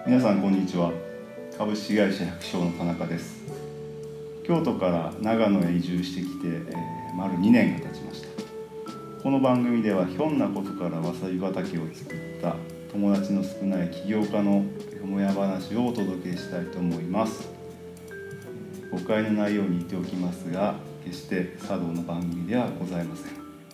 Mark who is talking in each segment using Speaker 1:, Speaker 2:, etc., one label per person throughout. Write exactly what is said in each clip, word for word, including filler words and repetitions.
Speaker 1: 皆さんこんにちは。株式会社百姓の田中です。京都から長野へ移住してきて、えー、丸にねんが経ちました。この番組ではひょんなことからわさび畑を作った友達の少ない起業家のよもや話をお届けしたいと思います。誤解のないように言っておきますが、決して茶道の番組ではございません。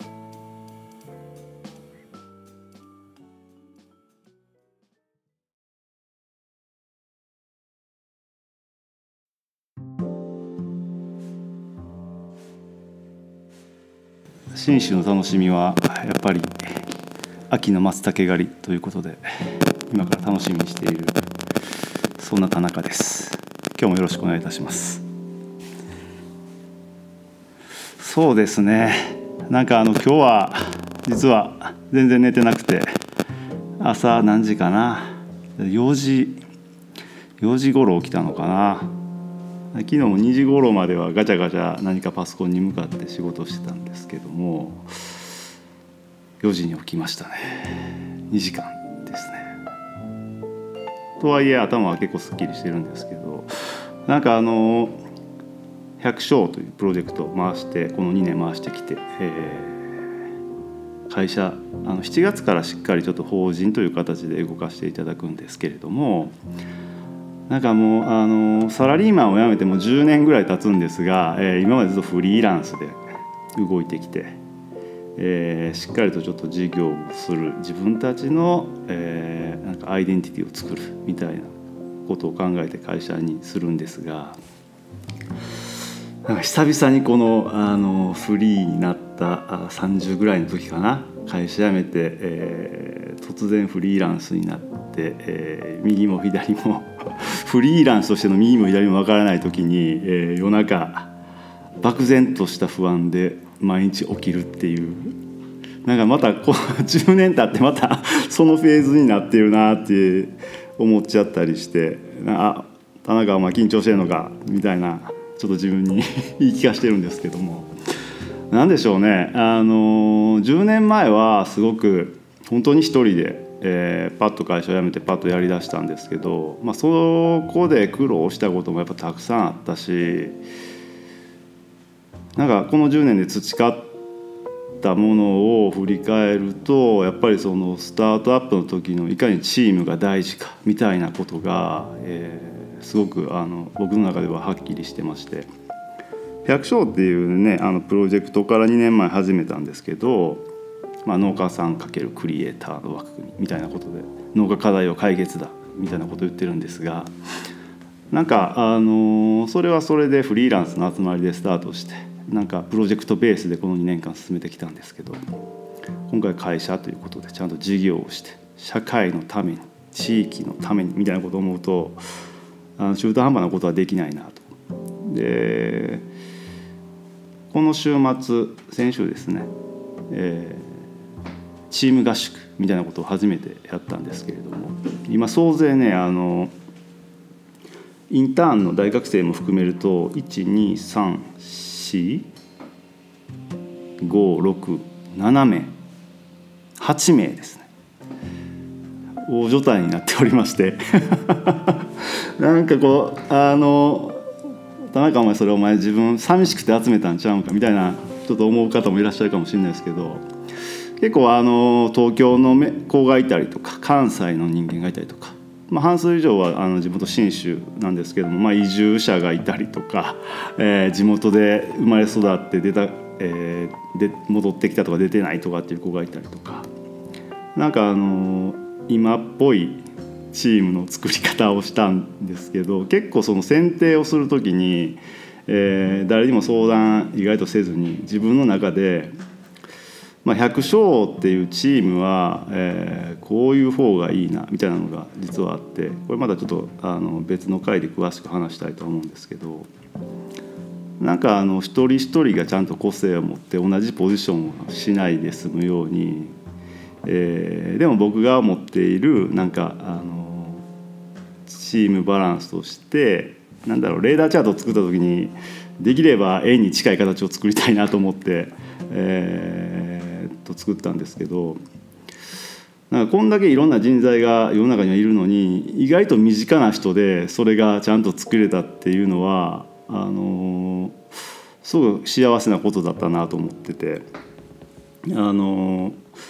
Speaker 1: 信州の楽しみはやっぱり秋の松茸狩りということで、今から楽しみにしているそんな田中です。今日もよろしくお願いいたします。そうですね、なんかあの今日は実は全然寝てなくて、朝何時かな、よじよじ頃起きたのかな。昨日もにじ頃まではガチャガチャ何かパソコンに向かって仕事をしてたんですけども、よじに起きましたね。にじかんですね。とはいえ頭は結構すっきりしてるんですけど、なんかあの百姓というプロジェクトを回してこのにねん回してきて、えー、会社あのしちがつからしっかりちょっと法人という形で動かしていただくんですけれども、なんかもうあのサラリーマンを辞めてもじゅうねんぐらい経つんですが、えー、今までずっとフリーランスで動いてきて、えー、しっかりとちょっと事業をする、自分たちの、えー、なんかアイデンティティを作るみたいなことを考えて会社にするんですが、なんか久々にこの、あのフリーになったさんじゅうぐらいの時かな、会社辞めて、えー、突然フリーランスになって、えー、右も左もフリーランスとしての右も左も分からない時に、えー、夜中漠然とした不安で毎日起きるっていう、なんかまたこうじゅうねん経ってまたそのフェーズになっているなって思っちゃったりして、あ、田中お前緊張してるのかみたいな、ちょっと自分に言い聞かしてるんですけども、なんでしょうね、あのじゅうねんまえはすごく本当に一人で、えー、パッと会社を辞めてパッとやりだしたんですけど、まあ、そこで苦労したこともやっぱたくさんあったし、なんかこのじゅうねんで培ったものを振り返ると、やっぱりそのスタートアップの時のいかにチームが大事かみたいなことが、えー、すごくあの僕の中でははっきりしてまして、百姓っていうねあのプロジェクトからにねんまえ始めたんですけど、まあ、農家さん×クリエイターの枠組みみたいなことで農家課題を解決だみたいなことを言ってるんですが、なんかあのそれはそれでフリーランスの集まりでスタートして、なんかプロジェクトベースでこのにねんかん進めてきたんですけど、今回会社ということでちゃんと事業をして社会のために地域のためにみたいなことを思うと、あの中途半端なことはできないなと。でこの週末先週ですね、えー、チーム合宿みたいなことを初めてやったんですけれども、今総勢ねあのインターンの大学生も含めるといち、に、さん、し、ご、ろく、ななめいはちめいですね、大所帯になっておりましてなんかこうあの田中お前それお前自分寂しくて集めたんちゃうんかみたいなちょっと思う方もいらっしゃるかもしれないですけど、結構あの東京の子がいたりとか関西の人間がいたりとか、まあ、半数以上はあの地元信州なんですけども、まあ、移住者がいたりとか、えー、地元で生まれ育って出た、えー、で戻ってきたとか出てないとかっていう子がいたりとか、なんかあの今っぽいチームの作り方をしたんですけど、結構その選定をするときに、えー、誰にも相談意外とせずに自分の中で、まあ、百姓っていうチームは、えー、こういう方がいいなみたいなのが実はあって、これまだちょっとあの別の回で詳しく話したいと思うんですけど、なんかあの一人一人がちゃんと個性を持って同じポジションをしないで済むように、えー、でも僕が持っているなんかあのチームバランスとして、なんだろう、レーダーチャートを作った時にできれば円に近い形を作りたいなと思って、えー、と作ったんですけど、 なんかこんだけいろんな人材が世の中にはいるのに意外と身近な人でそれがちゃんと作れたっていうのはあのすごく幸せなことだったなと思ってて、あの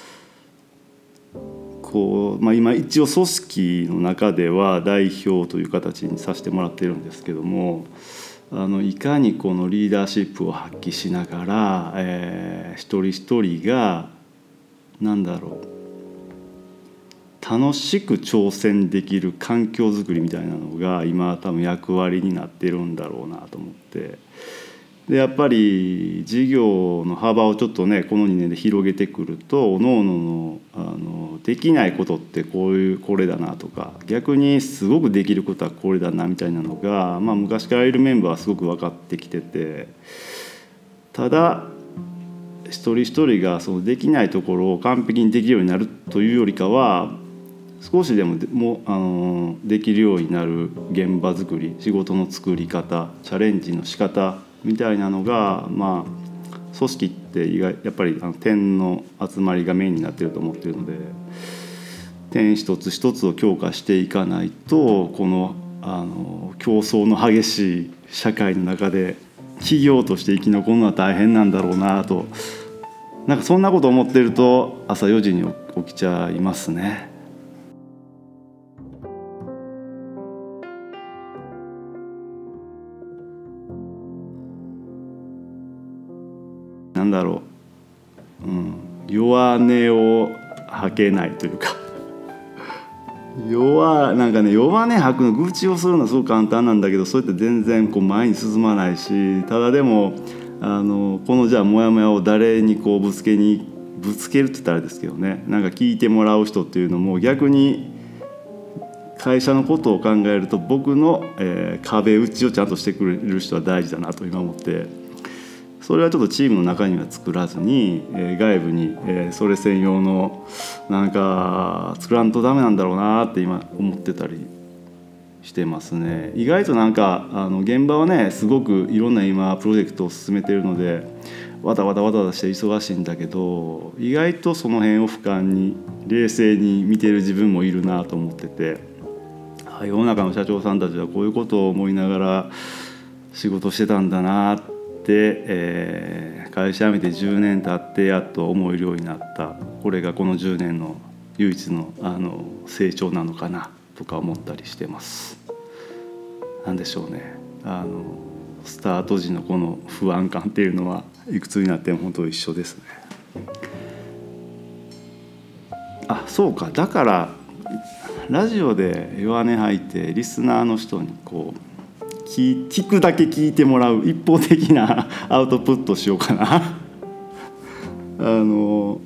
Speaker 1: こう、まあ、今一応組織の中では代表という形にさせてもらってるんですけども、あのいかにこのリーダーシップを発揮しながら、えー、一人一人がなんだろう楽しく挑戦できる環境づくりみたいなのが今多分役割になってるんだろうなと思って、でやっぱり事業の幅をちょっとねこのにねんで広げてくると、各々のあのできないことってこういうこれだなとか、逆にすごくできることはこれだなみたいなのが、まあ、昔からいるメンバーはすごく分かってきてて、ただ一人一人がそのできないところを完璧にできるようになるというよりかは、少しでもでもあのできるようになる現場作り、仕事の作り方、チャレンジの仕方みたいなのが、まあ、組織って意外やっぱりあの点の集まりがメインになってると思ってるので、点一つ一つを強化していかないとこの、あの競争の激しい社会の中で企業として生き残るのは大変なんだろうなと、なんかそんなこと思ってると朝よじに起きちゃいますね。なんだろう、うん、弱音を吐けないというか弱なんかね弱音吐くの、愚痴をするのはすごく簡単なんだけど、そうやって全然こう前に進まないし、ただでもあのこのじゃあモヤモヤを誰にこうぶつけにぶつけるって言ったらあれですけどね、なんか聞いてもらう人っていうのも逆に会社のことを考えると僕の、えー、壁打ちをちゃんとしてくれる人は大事だなと今思って、それはちょっとチームの中には作らずに、えー、外部に、えー、それ専用のなんか作らんとダメなんだろうなって今思ってたりしてますね。意外となんかあの現場はねすごくいろんな今プロジェクトを進めてるのでわたわたわたわたして忙しいんだけど、意外とその辺を俯瞰に冷静に見てる自分もいるなと思ってて、世の中の社長さんたちはこういうことを思いながら仕事してたんだなって、えー、会社辞めてじゅうねん経ってやっと思えるようになった、これがこのじゅうねんの唯一の、あの成長なのかなとか思ったりしてます。なんでしょうね、あのスタート時のこの不安感っていうのはいくつになっても本当一緒ですね。あ、そうか、だからラジオで弱音吐いてリスナーの人にこう聞, 聞くだけ聞いてもらう一方的なアウトプットしようかなあの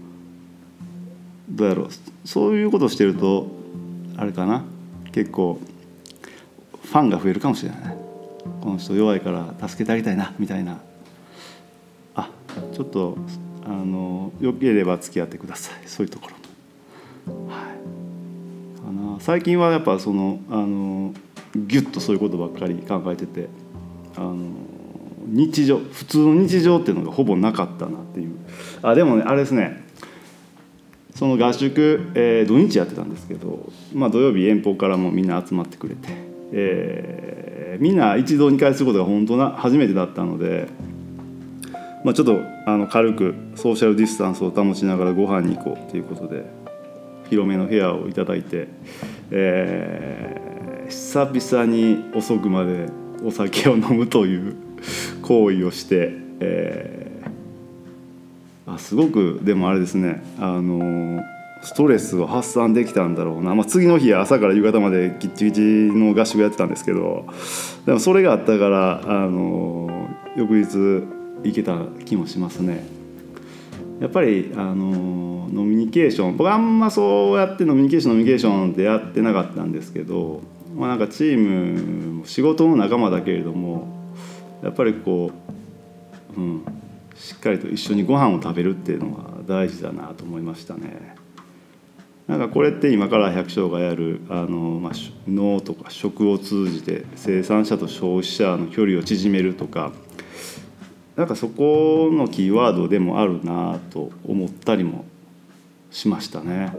Speaker 1: どうやろう、そういうことしてるとあれかな、結構ファンが増えるかもしれない。この人弱いから助けてあげたいなみたいな、あ、ちょっとあのよければ付き合ってください、そういうところも、はい、かな。最近はやっぱそのあのギュッとそういうことばっかり考えてて、あの日常普通の日常っていうのがほぼなかったなっていう。あ、でもねあれですね、その合宿、えー、土日やってたんですけど、まあ、土曜日遠方からもみんな集まってくれて、えー、みんな一堂に会することが本当な初めてだったので、まあ、ちょっとあの軽くソーシャルディスタンスを保ちながらご飯に行こうということで広めの部屋をいただいて、えー久々に遅くまでお酒を飲むという行為をして、えー、あすごくでもあれですね、あのストレスを発散できたんだろうな、まあ、次の日は朝から夕方までギッチギチの合宿やってたんですけど、でもそれがあったからあの翌日行けた気もしますね。やっぱりあのノミニケーション、僕あんまそうやってノミニケーションノミニケーションでやってなかったんですけど、まあ、なんかチーム仕事の仲間だけれどもやっぱりこう、うん、しっかりと一緒にご飯を食べるっていうのが大事だなと思いましたね。なんかこれって今から百姓がやるあの、まあ、農とか食を通じて生産者と消費者の距離を縮めるとか、なんかそこのキーワードでもあるなと思ったりもしましたね。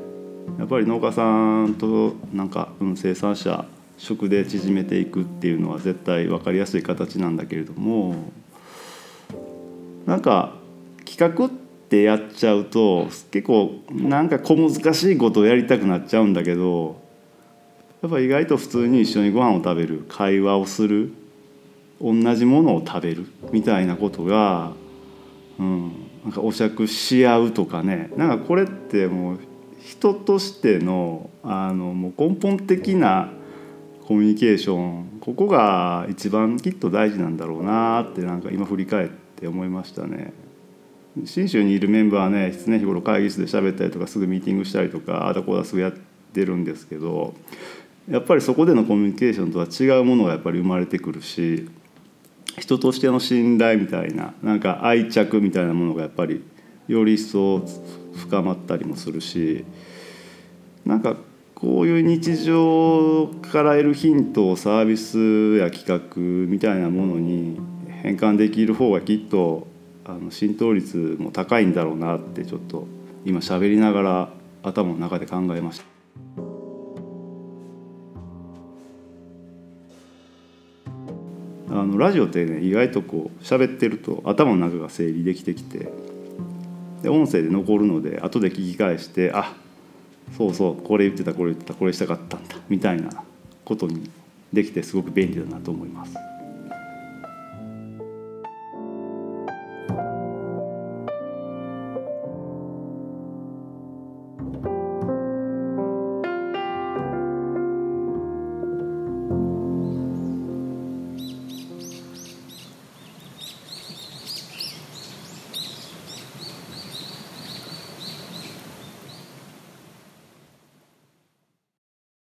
Speaker 1: やっぱり農家さんとなんか、うん、生産者食で縮めていくっていうのは絶対分かりやすい形なんだけれども、なんか企画ってやっちゃうと結構なんか小難しいことをやりたくなっちゃうんだけど、やっぱ意外と普通に一緒にご飯を食べる、会話をする、同じものを食べるみたいなことが、うん、なんかお酌し合うとかね、なんかこれってもう人としての、あのもう根本的なコミュニケーション、ここが一番きっと大事なんだろうなってなんか今振り返って思いましたね。信州にいるメンバーはね、常日頃会議室で喋ったりとかすぐミーティングしたりとかあだこだすぐやってるんですけど、やっぱりそこでのコミュニケーションとは違うものがやっぱり生まれてくるし、人としての信頼みたいな、なんか愛着みたいなものがやっぱりより一層深まったりもするし、なんかこういう日常から得るヒントをサービスや企画みたいなものに変換できる方がきっとあの浸透率も高いんだろうなってちょっと今喋りながら頭の中で考えました。あのラジオってね、意外とこう喋ってると頭の中が整理できてきて、で音声で残るので後で聞き返して、あ、そうそうこれ言ってたこれ言ってたこれしたかったんだみたいなことにできてすごく便利だなと思います。